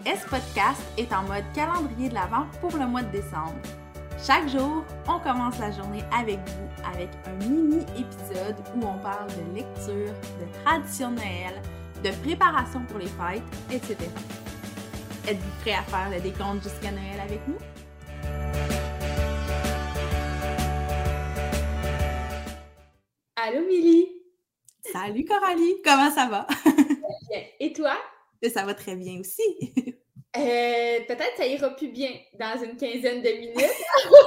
S-Podcast est en mode calendrier de l'Avent pour le mois de décembre. Chaque jour, on commence la journée avec vous avec un mini-épisode où on parle de lecture, de tradition de Noël, de préparation pour les fêtes, etc. Êtes-vous prêts à faire le décompte jusqu'à Noël avec nous? Allô, Milly! Salut Coralie! Comment ça va? Bien. Et toi? Ça va très bien aussi. Peut-être ça ira plus bien dans une quinzaine de minutes.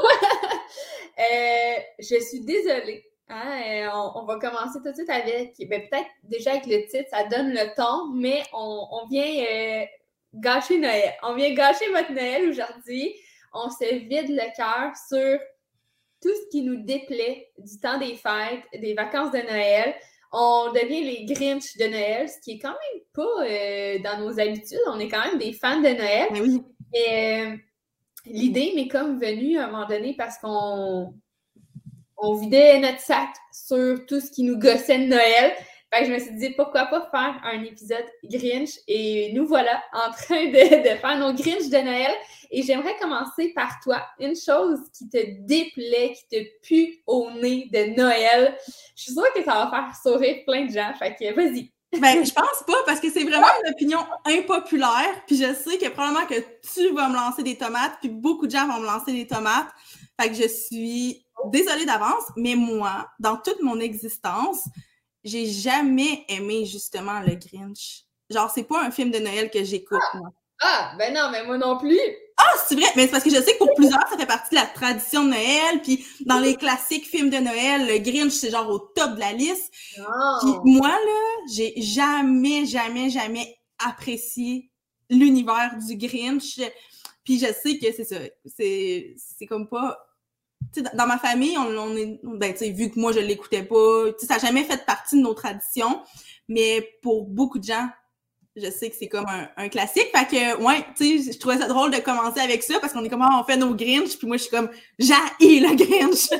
Je suis désolée. Hein? On va commencer tout de suite avec, peut-être déjà avec le titre, ça donne le ton, mais on vient gâcher Noël. On vient gâcher votre Noël aujourd'hui. On se vide le cœur sur tout ce qui nous déplaît du temps des fêtes, des vacances de Noël. On devient les Grinch de Noël, ce qui est quand même pas dans nos habitudes. On est quand même des fans de Noël. Mais oui. Et l'idée m'est comme venue à un moment donné parce qu'on vidait notre sac sur tout ce qui nous gossait de Noël. Fait que je me suis dit, pourquoi pas faire un épisode Grinch? Et nous voilà en train de faire nos Grinch de Noël. Et j'aimerais commencer par toi. Une chose qui te déplaît, qui te pue au nez de Noël. Je suis sûre que ça va faire sourire plein de gens. Fait que vas-y. Ben, je pense pas, parce que c'est vraiment une opinion impopulaire. Puis je sais que probablement que tu vas me lancer des tomates, puis beaucoup de gens vont me lancer des tomates. Fait que je suis désolée d'avance, mais moi, dans toute mon existence, j'ai jamais aimé justement le Grinch. Genre, c'est pas un film de Noël que j'écoute, moi. Ah, ben non, mais moi non plus. Ah, c'est vrai! Mais c'est parce que je sais que pour plusieurs, ça fait partie de la tradition de Noël, puis dans les classiques films de Noël, le Grinch, c'est genre au top de la liste. Oh. Puis moi, là, j'ai jamais apprécié l'univers du Grinch. Puis je sais que c'est ça. C'est comme pas... Tu sais, dans ma famille, on est... Ben, tu sais, vu que moi, je l'écoutais pas, tu sais, ça n'a jamais fait partie de nos traditions. Mais pour beaucoup de gens, je sais que c'est comme un classique. Fait que, ouais, tu sais, je trouvais ça drôle de commencer avec ça parce qu'on est comme, on fait nos Grinch. Puis moi, je suis comme, j'haïs le Grinch.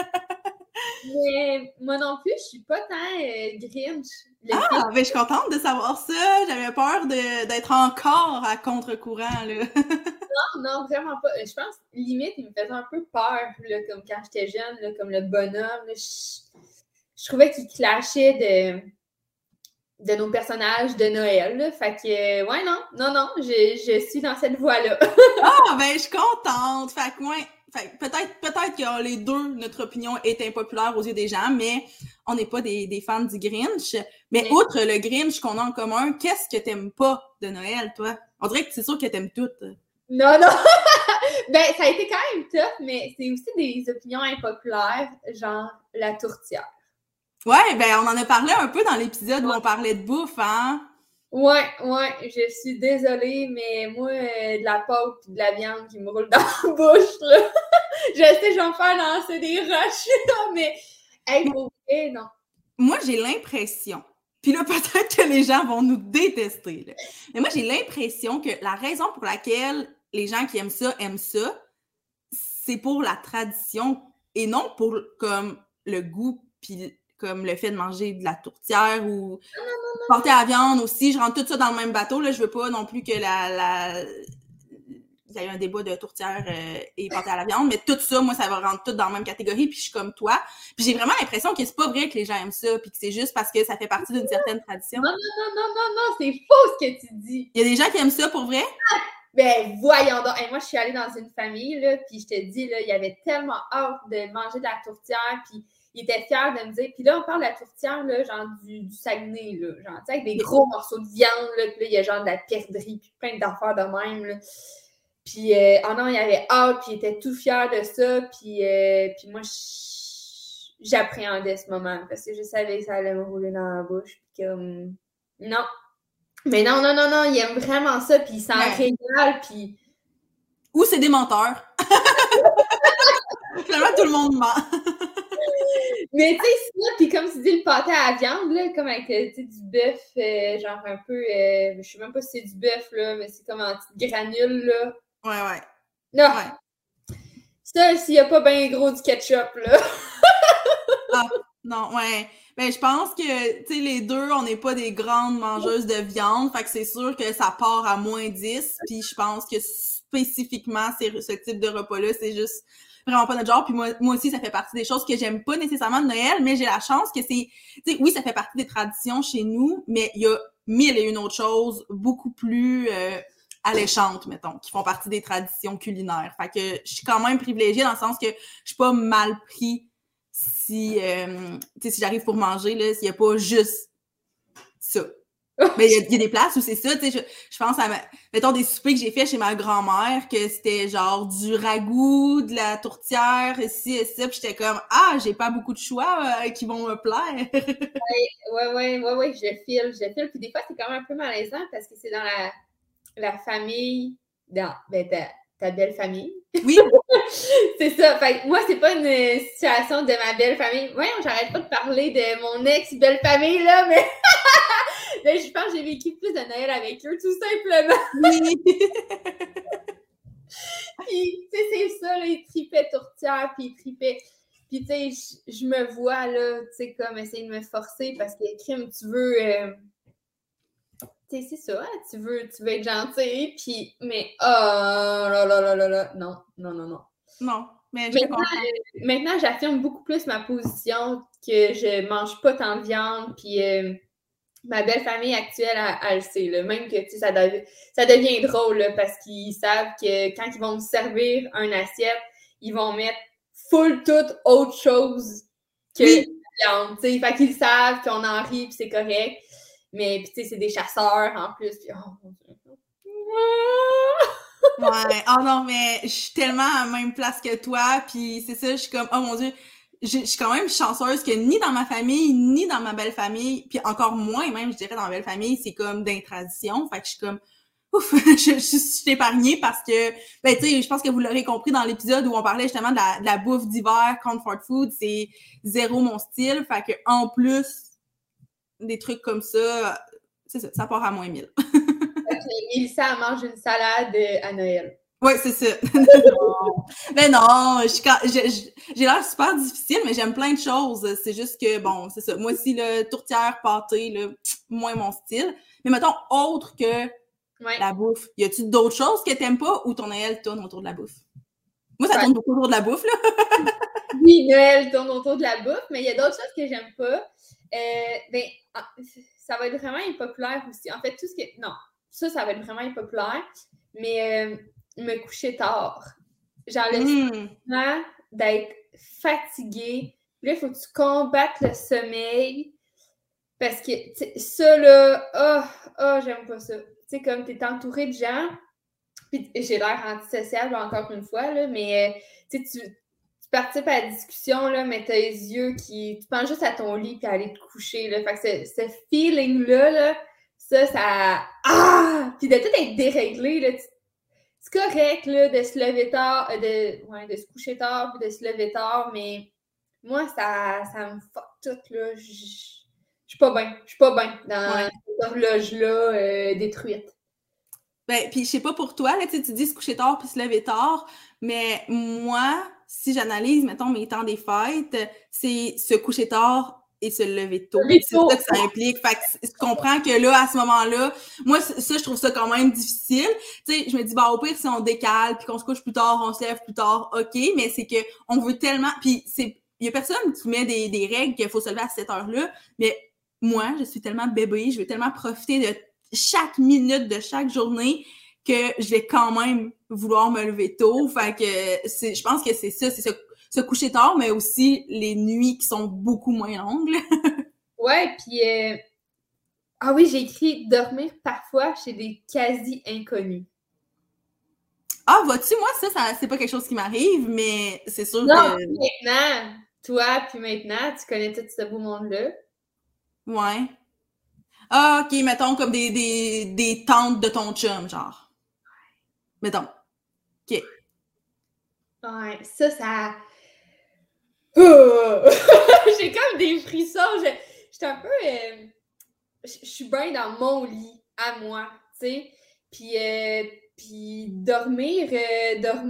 Mais moi non plus, je suis pas tant Grinch. Ah, ben je suis contente de savoir ça. J'avais peur d'être encore à contre-courant, là. Non, vraiment pas. Je pense, limite, il me faisait un peu peur, là, comme quand j'étais jeune, là, comme le bonhomme. Là, je trouvais qu'il clashait de nos personnages de Noël. Là. Fait que, ouais, non, je suis dans cette voie-là. Ah, ben je suis contente. Fait que, ouais. Peut-être que les deux, notre opinion est impopulaire aux yeux des gens, mais on n'est pas des fans du Grinch. Mais outre le Grinch qu'on a en commun, qu'est-ce que t'aimes pas de Noël, toi? On dirait que c'est sûr que t'aimes tout. Non. Ben, ça a été quand même tough, mais c'est aussi des opinions impopulaires, genre la tourtière. Ouais, ben on en a parlé un peu dans l'épisode où on parlait de bouffe, hein? Ouais, je suis désolée, mais moi, de la pâte et de la viande qui me roule dans la bouche, là. Je sais, je vais me faire lancer des roches, là, mais, hey, pour vrai, non. Moi, j'ai l'impression, puis là, peut-être que les gens vont nous détester, là. Mais moi, j'ai l'impression que la raison pour laquelle les gens qui aiment ça, c'est pour la tradition et non pour, comme, le goût, puis comme le fait de manger de la tourtière ou porter à la viande aussi. Je rentre tout ça dans le même bateau, là. Je veux pas non plus que il y ait un débat de tourtière et porter à la viande, mais tout ça, moi, ça va rentrer tout dans la même catégorie, puis je suis comme toi. Puis j'ai vraiment l'impression que c'est pas vrai que les gens aiment ça, puis que c'est juste parce que ça fait partie d'une certaine tradition. Non, c'est faux ce que tu dis. Il y a des gens qui aiment ça pour vrai? Ben, voyons donc. Hey, moi, je suis allée dans une famille, là, puis je te dis, là, il y avait tellement hâte de manger de la tourtière, puis ils étaient fiers de me dire. Puis là, on parle de la tourtière, là, genre du Saguenay, là, genre, tu sais, avec des gros morceaux de viande, là, puis là, il y a genre de la perdrix, puis plein d'affaires de même, là. Puis, oh non, il y avait hâte, puis il était tout fier de ça, puis moi, j'appréhendais ce moment, parce que je savais que ça allait me rouler dans la bouche, puis comme, non. Mais non, il aime vraiment ça, puis il s'en régale, puis... Ou c'est des menteurs. Finalement, tout le monde ment. Mais tu sais, ça, puis comme tu dis, le pâté à la viande, là, comme avec du bœuf, genre un peu... je sais même pas si c'est du bœuf, là, mais c'est comme en petite granule, là. Ouais. Non! Ouais. Ça, s'il n'y a pas bien gros du ketchup, là. Ah, non, ouais. Ben, je pense que, tu sais, les deux, on n'est pas des grandes mangeuses de viande, fait que c'est sûr que ça part à -10, puis je pense que spécifiquement, ce type de repas-là, c'est juste vraiment pas notre genre, puis moi aussi, ça fait partie des choses que j'aime pas nécessairement de Noël, mais j'ai la chance que c'est, tu sais, oui, ça fait partie des traditions chez nous, mais il y a 1001 autres choses beaucoup plus alléchantes, mettons, qui font partie des traditions culinaires. Fait que je suis quand même privilégiée dans le sens que je suis pas mal pris si j'arrive pour manger, là, s'il n'y a pas juste ça. Mais il y a des places où c'est ça, tu sais, je pense à, mettons, des soupers que j'ai fait chez ma grand-mère, que c'était genre du ragoût, de la tourtière, ci et ça, puis j'étais comme, ah, j'ai pas beaucoup de choix qui vont me plaire. Ouais, je file. Puis des fois, c'est quand même un peu malaisant parce que c'est dans la famille, ta belle famille. Oui. C'est ça. Fait que moi, c'est pas une situation de ma belle famille. Voyons, j'arrête pas de parler de mon ex-belle famille, là, mais là, je pense que j'ai vécu plus de Noël avec eux, tout simplement. Oui. Puis, tu sais, c'est ça, là, ils tripaient tourtière, puis ils tripaient. Puis, tu sais, je me vois, là, tu sais, comme essayer de me forcer parce que, crime, tu veux. Tu sais, c'est ça, hein, tu veux être gentil, puis. Mais, oh là, non. Non, mais je te comprends. Maintenant, j'affirme beaucoup plus ma position que je mange pas tant de viande, puis ma belle famille actuelle, elle le sait, là, même que ça devient drôle là, parce qu'ils savent que quand ils vont me servir une assiette, ils vont mettre full toute autre chose que viande. Fait qu'ils savent qu'on en rit, puis c'est correct. Mais puis tu sais, c'est des chasseurs en plus. Puis, oh mon Dieu. Ouais. Oh non, mais je suis tellement à la même place que toi, puis c'est ça, je suis comme, oh mon Dieu, je suis quand même chanceuse que ni dans ma famille, ni dans ma belle famille, puis encore moins même, je dirais, dans ma belle famille, c'est comme d'une tradition. Fait que je suis comme, ouf, je suis épargnée parce que, ben tu sais, je pense que vous l'aurez compris dans l'épisode où on parlait justement de la bouffe d'hiver, comfort food, c'est zéro mon style. Fait que en plus, des trucs comme ça, c'est ça, ça part à -1000. Elissa mange une salade à Noël. Oui, c'est ça. Mais non, j'ai l'air super difficile, mais j'aime plein de choses. C'est juste que, bon, c'est ça. Moi aussi, le tourtière, pâté, là, moins mon style. Mais mettons, autre que la bouffe, y a-tu d'autres choses que t'aimes pas ou ton Noël tourne autour de la bouffe? Moi, ça tourne beaucoup autour de la bouffe, là. Oui, Noël tourne autour de la bouffe, mais il y a d'autres choses que j'aime pas. Ça va être vraiment impopulaire aussi. En fait, tout ce que... Non, ça va être vraiment impopulaire, mais me coucher tard. Genre, le sentiment d'être fatiguée. Là, il faut que tu combattes le sommeil. Parce que, ça, là, j'aime pas ça. Tu sais, comme t'es entouré de gens, puis j'ai l'air antisociable encore une fois, là, mais tu participes à la discussion, là, mais t'as les yeux qui... Tu penses juste à ton lit puis à aller te coucher, là. Fait que ce feeling-là, là, ça... Ah! Puis de tout être déréglé, là, c'est correct, là, de se lever tard, de se coucher tard puis de se lever tard, mais moi, ça me fuck tout, là. Je suis pas bien dans cette horloge-là détruite. Ben, puis je sais pas pour toi, là, tu dis se coucher tard puis se lever tard, mais moi, si j'analyse, mettons, mes temps des fêtes, c'est se coucher tard et se lever tôt. C'est ça que ça implique. Fait que je comprends que là, à ce moment-là, moi, ça, je trouve ça quand même difficile. Tu sais, je me dis, bah, au pire, si on décale puis qu'on se couche plus tard, on se lève plus tard, OK, mais c'est que on veut tellement... Puis il y a personne qui met des règles qu'il faut se lever à cette heure-là, mais moi, je suis tellement bébé, je veux tellement profiter de chaque minute de chaque journée que je vais quand même vouloir me lever tôt. Fait que je pense que c'est ça, c'est se coucher tard, mais aussi les nuits qui sont beaucoup moins longues. Ouais, puis ah oui, j'ai écrit dormir parfois chez des quasi-inconnus. Ah, vois-tu, moi, ça c'est pas quelque chose qui m'arrive, mais c'est sûr non, que... maintenant, toi, puis maintenant, tu connais tout ce beau monde-là. Ouais. Ah, OK, mettons comme des tantes de ton chum, genre. Mettons. OK. Ouais, ça... J'ai comme des frissons. J'étais un peu... je suis bien dans mon lit, à moi, tu sais. Puis dormir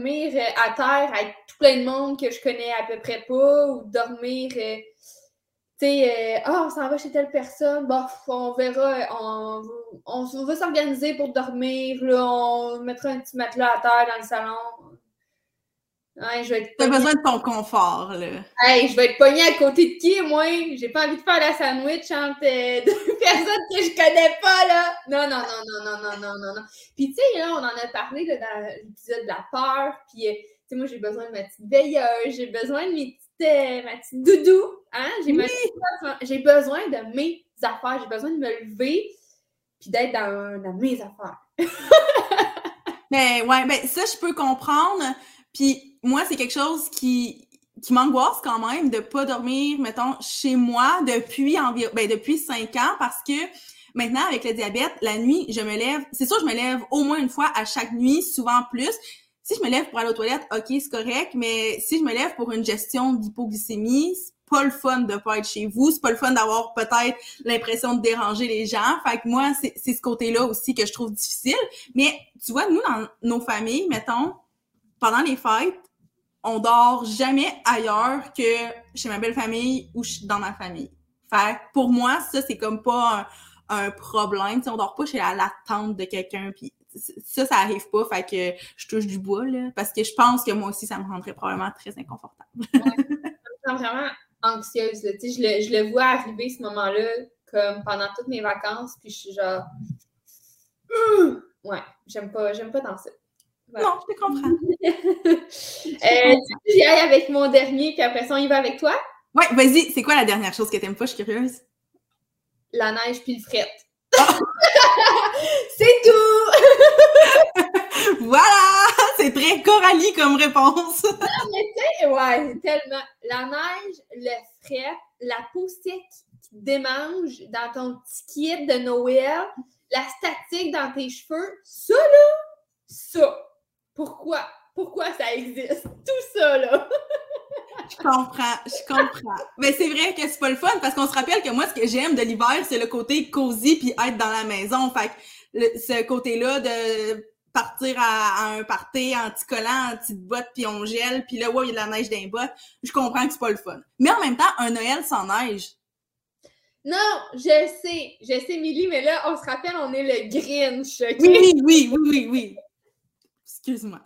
à terre avec tout plein de monde que je connais à peu près pas, ou dormir sais, on s'en va chez telle personne, bon, on verra, on va s'organiser pour dormir, là, on mettra un petit matelas à terre dans le salon. Ouais, je vais être T'as pognée. besoin de ton confort, là. Hey, je vais être pognée à côté de qui, moi? J'ai pas envie de faire la sandwich entre deux personnes que je connais pas, là. Non, non, non, non, non, non, non, non, non. Puis, tu sais, là, on en a parlé là, dans l'épisode de la peur. Puis, tu sais, moi, j'ai besoin de ma petite veilleuse, j'ai besoin de ma petite doudou. Hein? J'ai besoin de mes affaires, j'ai besoin de me lever puis d'être dans mes affaires. Mais ouais, ben ça, je peux comprendre. Puis moi, c'est quelque chose qui m'angoisse quand même de pas dormir, mettons, chez moi depuis 5 ans parce que maintenant, avec le diabète, la nuit, je me lève. C'est sûr, je me lève au moins une fois à chaque nuit, souvent plus. Si je me lève pour aller aux toilettes, OK, c'est correct, mais si je me lève pour une gestion d'hypoglycémie, c'est pas le fun de pas être chez vous, c'est pas le fun d'avoir peut-être l'impression de déranger les gens. Fait que moi, c'est ce côté-là aussi que je trouve difficile. Mais tu vois, nous, dans nos familles, mettons, pendant les fêtes, on dort jamais ailleurs que chez ma belle famille ou dans ma famille. Fait que pour moi, ça, c'est comme pas un problème. T'sais, on dort pas chez la tante de quelqu'un, puis ça arrive pas. Fait que je touche du bois, là, parce que je pense que moi aussi, ça me rendrait probablement très inconfortable. Ouais, ça me sent vraiment anxieuse. Là. Je le vois arriver ce moment-là comme pendant toutes mes vacances, puis je suis genre ouais, j'aime pas danser. Voilà. Non, je te comprends. J'y aille avec mon dernier, puis après ça, on y va avec toi? Ouais, vas-y, c'est quoi la dernière chose que t'aimes pas? Je suis curieuse. La neige puis le fret. Oh! C'est tout! Voilà! C'est très Coralie comme réponse. Non, mais tu sais, ouais, tellement. La neige, le fret, la peau sec qui te démange dans ton petit kit de Noël, la statique dans tes cheveux, ça, là, ça. Pourquoi? Pourquoi ça existe? Tout ça, là. Je comprends. Mais c'est vrai que c'est pas le fun parce qu'on se rappelle que moi, ce que j'aime de l'hiver, c'est le côté cosy puis être dans la maison. Fait que ce côté-là de partir à un party en petit collant, en petite botte puis on gèle puis là, ouais, il y a de la neige dans les bottes. Je comprends que c'est pas le fun. Mais en même temps, un Noël sans neige. Non, je sais, Milly, mais là, on se rappelle, on est le Grinch, OK? Oui. Excuse-moi.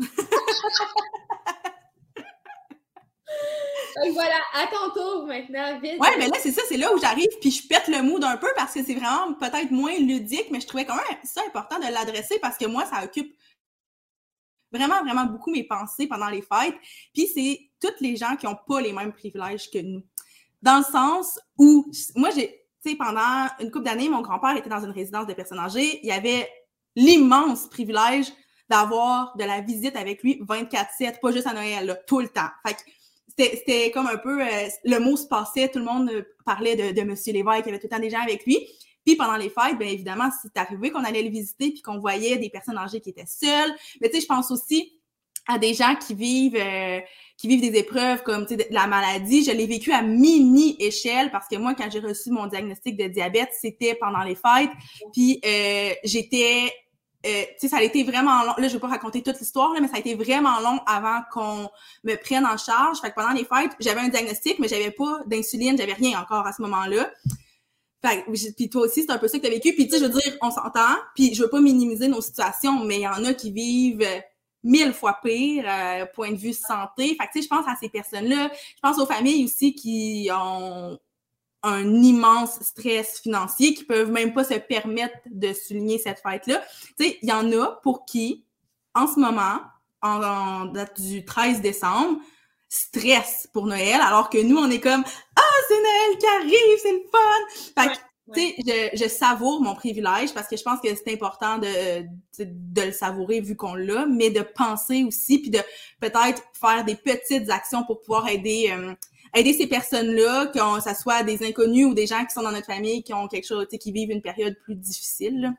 Donc voilà, à ton tour maintenant, vite. Ouais, mais là, c'est ça, c'est là où j'arrive, puis je pète le mood un peu parce que c'est vraiment peut-être moins ludique, mais je trouvais quand même ça important de l'adresser parce que moi, ça occupe vraiment, vraiment beaucoup mes pensées pendant les fêtes. Puis c'est toutes les gens qui n'ont pas les mêmes privilèges que nous. Dans le sens où, moi, tu sais, pendant une couple d'années, mon grand-père était dans une résidence de personnes âgées. Il y avait l'immense privilège d'avoir de la visite avec lui 24/7, pas juste à Noël, là, tout le temps. Fait que c'était comme un peu, le mot se passait, tout le monde parlait de Monsieur Lévesque, il y avait tout le temps des gens avec lui. Puis pendant les fêtes, bien évidemment, c'est arrivé qu'on allait le visiter puis qu'on voyait des personnes âgées qui étaient seules. Mais tu sais, je pense aussi à des gens qui vivent des épreuves comme tu sais de la maladie. Je l'ai vécu à mini-échelle parce que moi, quand j'ai reçu mon diagnostic de diabète, c'était pendant les fêtes. Puis j'étais tu sais, ça a été vraiment long. Là, je vais pas raconter toute l'histoire, là, mais ça a été vraiment long avant qu'on me prenne en charge. Fait que pendant les fêtes, j'avais un diagnostic, mais j'avais pas d'insuline, j'avais rien encore à ce moment-là. Fait que, puis toi aussi, c'est un peu ça que t'as vécu. Puis tu sais, je veux dire, on s'entend, puis je veux pas minimiser nos situations, mais il y en a qui vivent 1000 fois pire, point de vue santé. Fait que tu sais, je pense à ces personnes-là. Je pense aux familles aussi qui ont un immense stress financier, qui peuvent même pas se permettre de souligner cette fête-là. Tu sais, il y en a pour qui, en ce moment, en date du 13 décembre, stress pour Noël, alors que nous, on est comme « Ah, c'est Noël qui arrive, c'est le fun! » Fait que, tu sais, je savoure mon privilège parce que je pense que c'est important de le savourer vu qu'on l'a, mais de penser aussi, puis de peut-être faire des petites actions pour pouvoir aider ces personnes-là, que ça soit des inconnus ou des gens qui sont dans notre famille, qui ont quelque chose, qui vivent une période plus difficile.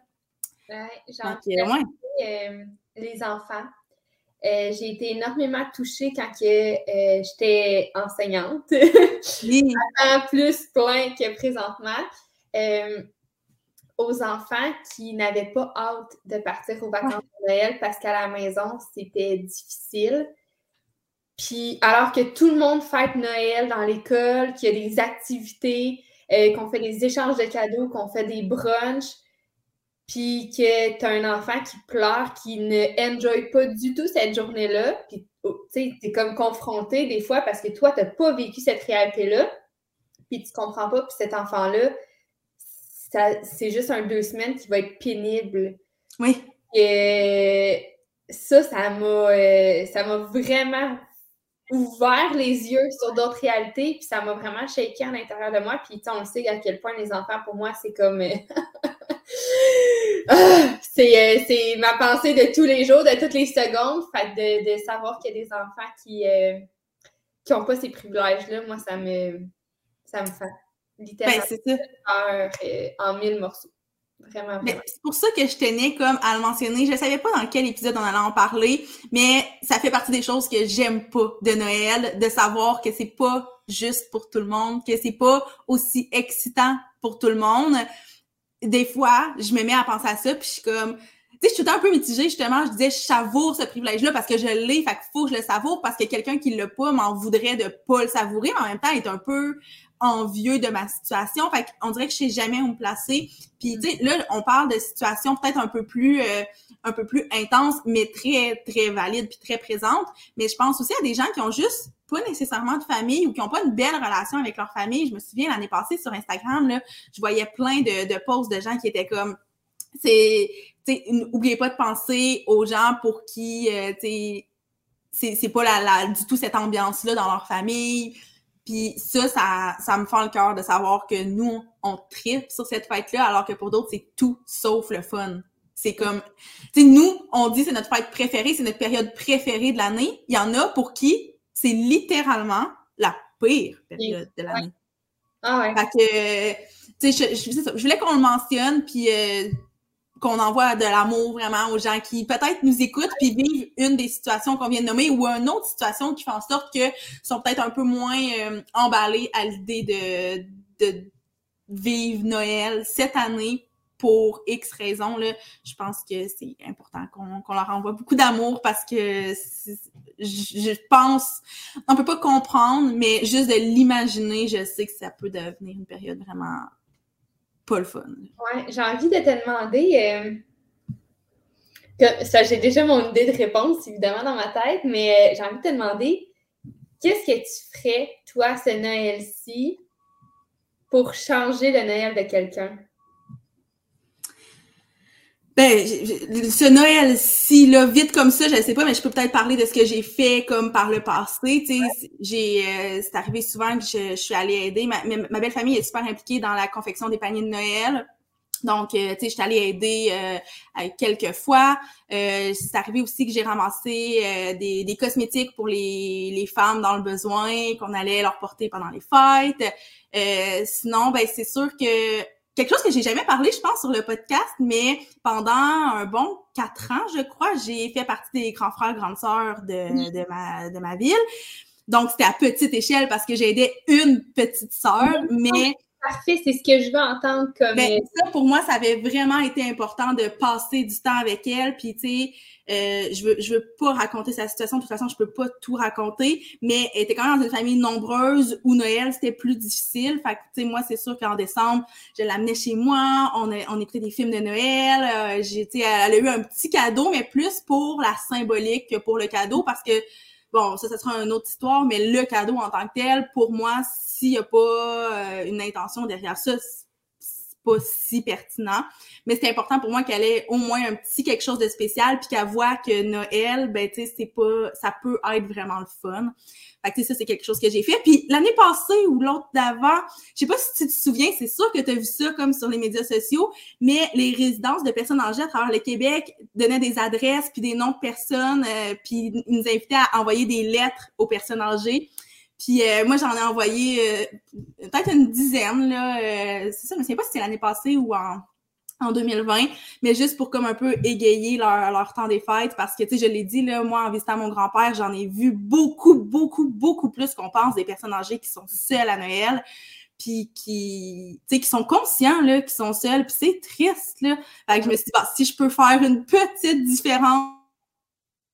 Les enfants. J'ai été énormément touchée quand j'étais enseignante. Oui. En plus plein que présentement. Aux enfants qui n'avaient pas hâte de partir aux vacances de Noël parce qu'à la maison, c'était difficile. Puis alors que tout le monde fête Noël dans l'école, qu'il y a des activités, qu'on fait des échanges de cadeaux, qu'on fait des brunchs, puis que tu as un enfant qui pleure, qui ne enjoy pas du tout cette journée-là, puis tu sais, t'es comme confronté des fois parce que toi, t'as pas vécu cette réalité-là, puis tu comprends pas, puis cet enfant-là, c'est juste un 2 semaines qui va être pénible. Oui. Et ça m'a vraiment ouvert les yeux sur d'autres réalités, puis ça m'a vraiment shaké à l'intérieur de moi, puis on le sait à quel point les enfants, pour moi, c'est comme... c'est ma pensée de tous les jours, de toutes les secondes. Fait de savoir qu'il y a des enfants qui n'ont pas ces privilèges-là, moi, ça me fait littéralement peur en 1000 morceaux. Vraiment, vraiment. C'est pour ça que je tenais comme à le mentionner. Je ne savais pas dans quel épisode on allait en parler, mais ça fait partie des choses que j'aime pas de Noël, de savoir que c'est pas juste pour tout le monde, que c'est pas aussi excitant pour tout le monde. Des fois, je me mets à penser à ça, puis je suis comme... Tu sais, je suis tout le temps un peu mitigée, justement. Je disais, je savoure ce privilège-là parce que je l'ai, fait qu'il faut que je le savoure parce que quelqu'un qui l'a pas m'en voudrait de pas le savourer, mais en même temps, est un peu envieux de ma situation. Fait qu'on dirait que je sais jamais où me placer. Puis, tu sais, là, on parle de situations peut-être un peu plus intenses, mais très, très valides puis très présentes. Mais je pense aussi à des gens qui ont juste pas nécessairement de famille ou qui ont pas une belle relation avec leur famille. Je me souviens, l'année passée, sur Instagram, là, je voyais plein de posts de gens qui étaient comme... N'oubliez pas de penser aux gens pour qui c'est pas du tout cette ambiance-là dans leur famille. Puis ça me fend le cœur de savoir que nous, on tripe sur cette fête-là, alors que pour d'autres, c'est tout sauf le fun. C'est comme, tu sais, nous, on dit c'est notre fête préférée, c'est notre période préférée de l'année. Il y en a pour qui c'est littéralement la pire période de l'année. Ouais. Ah ouais. Fait que, tu sais, je voulais qu'on le mentionne, puis qu'on envoie de l'amour vraiment aux gens qui peut-être nous écoutent puis vivent une des situations qu'on vient de nommer ou une autre situation qui fait en sorte que sont peut-être un peu moins emballés à l'idée de vivre Noël cette année pour X raisons. Là, je pense que c'est important qu'on leur envoie beaucoup d'amour parce que je pense, on peut pas comprendre, mais juste de l'imaginer, je sais que ça peut devenir une période vraiment pas le fun. Ouais, j'ai envie de te demander, ça, j'ai déjà mon idée de réponse, évidemment, dans ma tête, mais j'ai envie de te demander, qu'est-ce que tu ferais, toi, ce Noël-ci, pour changer le Noël de quelqu'un? Ben, ce Noël-ci, là, vite comme ça, je sais pas, mais je peux peut-être parler de ce que j'ai fait comme par le passé. Tu sais, c'est arrivé souvent que je suis allée aider. Ma belle famille est super impliquée dans la confection des paniers de Noël. Donc, tu sais, je suis allée aider quelques fois. C'est arrivé aussi que j'ai ramassé des cosmétiques pour les femmes dans le besoin, qu'on allait leur porter pendant les fêtes. Sinon, ben c'est sûr que quelque chose que j'ai jamais parlé, je pense, sur le podcast, mais pendant un bon 4 ans, je crois, j'ai fait partie des grands frères, grandes sœurs de ma ville. Donc, c'était à petite échelle parce que j'aidais une petite sœur, mais... Parfait, c'est ce que je veux entendre comme... Ben, ça, pour moi, ça avait vraiment été important de passer du temps avec elle. Puis, tu sais, je veux pas raconter sa situation. De toute façon, je peux pas tout raconter. Mais elle était quand même dans une famille nombreuse où Noël, c'était plus difficile. Fait que, tu sais, moi, c'est sûr qu'en décembre, je l'amenais chez moi. On écoutait des films de Noël. Tu sais, elle a eu un petit cadeau, mais plus pour la symbolique que pour le cadeau. Parce que, bon, ça sera une autre histoire, mais le cadeau en tant que tel, pour moi, s'il n'y a pas une intention derrière ça, c'est pas si pertinent. Mais c'est important pour moi qu'elle ait au moins un petit quelque chose de spécial, puis qu'elle voit que Noël, ben, tu sais, c'est pas, ça peut être vraiment le fun. Fait que, tu sais, ça, c'est quelque chose que j'ai fait. Puis l'année passée ou l'autre d'avant, je sais pas si tu te souviens, c'est sûr que tu as vu ça comme sur les médias sociaux, mais les résidences de personnes âgées à travers le Québec donnaient des adresses puis des noms de personnes, puis ils nous invitaient à envoyer des lettres aux personnes âgées. Puis moi, j'en ai envoyé peut-être une dizaine, là. C'est ça, je me souviens pas si c'est l'année passée ou en 2020, mais juste pour comme un peu égayer leur temps des fêtes, parce que, tu sais, je l'ai dit, là, moi, en visitant mon grand-père, j'en ai vu beaucoup, beaucoup, beaucoup plus qu'on pense des personnes âgées qui sont seules à Noël, puis qui sont conscients, là, qui sont seuls, puis c'est triste, là. Fait que je me suis dit, bah, si je peux faire une petite différence,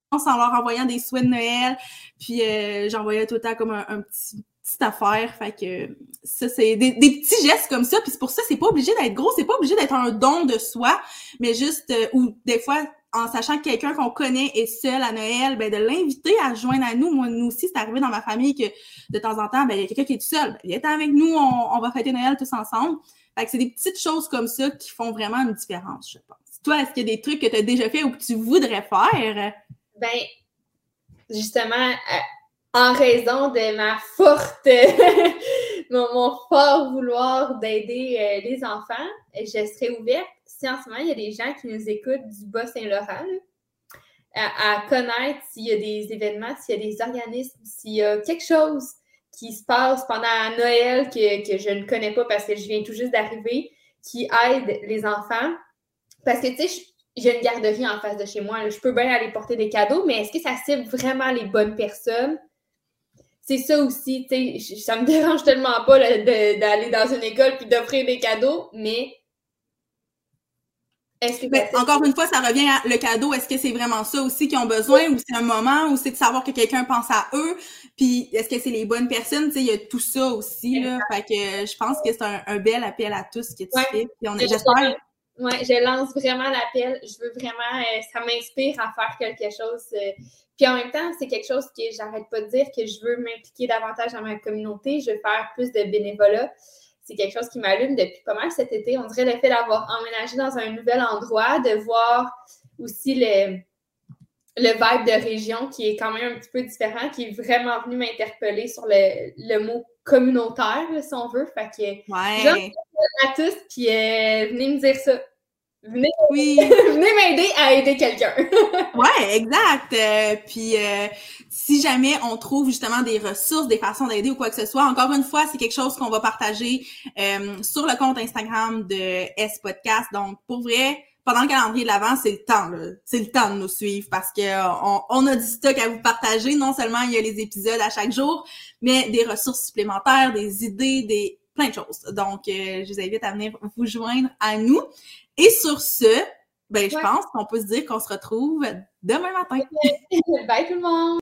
en leur envoyant des souhaits de Noël. Puis j'envoyais tout le temps comme un petite affaire. Fait que ça, c'est des petits gestes comme ça. Puis c'est pour ça, c'est pas obligé d'être gros, c'est pas obligé d'être un don de soi, mais juste, ou des fois, en sachant que quelqu'un qu'on connaît est seul à Noël, ben de l'inviter à se joindre à nous. Moi, nous aussi, c'est arrivé dans ma famille que de temps en temps, ben il y a quelqu'un qui est tout seul. Ben, viens avec nous, on va fêter Noël tous ensemble. Fait que c'est des petites choses comme ça qui font vraiment une différence, je pense. Toi, est-ce qu'il y a des trucs que tu as déjà fait ou que tu voudrais faire? Ben, justement, en raison de ma forte, mon fort vouloir d'aider les enfants, je serais ouverte, si en ce moment, il y a des gens qui nous écoutent du Bas-Saint-Laurent, à connaître s'il y a des événements, s'il y a des organismes, s'il y a quelque chose qui se passe pendant Noël que je ne connais pas parce que je viens tout juste d'arriver, qui aide les enfants. Parce que, tu sais, j'ai une garderie en face de chez moi. Là. Je peux bien aller porter des cadeaux, mais est-ce que ça cible vraiment les bonnes personnes? C'est ça aussi, tu sais, ça me dérange tellement pas là, d'aller dans une école puis d'offrir des cadeaux, mais est-ce que encore une fois, ça revient à le cadeau. Est-ce que c'est vraiment ça aussi qu'ils ont besoin, ou c'est un moment, ou c'est de savoir que quelqu'un pense à eux, puis est-ce que c'est les bonnes personnes? Tu sais, il y a tout ça aussi, là. Fait que je pense que c'est un bel appel à tous que tu fais. Puis j'espère... Oui, je lance vraiment l'appel. Je veux vraiment, ça m'inspire à faire quelque chose. Puis en même temps, c'est quelque chose que j'arrête pas de dire, que je veux m'impliquer davantage dans ma communauté. Je veux faire plus de bénévolat. C'est quelque chose qui m'allume depuis pas mal cet été. On dirait le fait d'avoir emménagé dans un nouvel endroit, de voir aussi le vibe de région qui est quand même un petit peu différent, qui est vraiment venu m'interpeller sur le mot communautaire, là, si on veut. Fait que ouais. À tous, puis venez me dire ça. Venez m'aider à aider quelqu'un. Ouais, exact. Puis si jamais on trouve justement des ressources, des façons d'aider ou quoi que ce soit, encore une fois, c'est quelque chose qu'on va partager sur le compte Instagram de S Podcast. Donc, pour vrai, pendant le calendrier de l'Avent, c'est le temps, là. C'est le temps de nous suivre parce que on a du stock à vous partager. Non seulement il y a les épisodes à chaque jour, mais des ressources supplémentaires, des idées, plein de choses. Donc, je vous invite à venir vous joindre à nous. Et sur ce, ben, je pense qu'on peut se dire qu'on se retrouve demain matin. Bye tout le monde!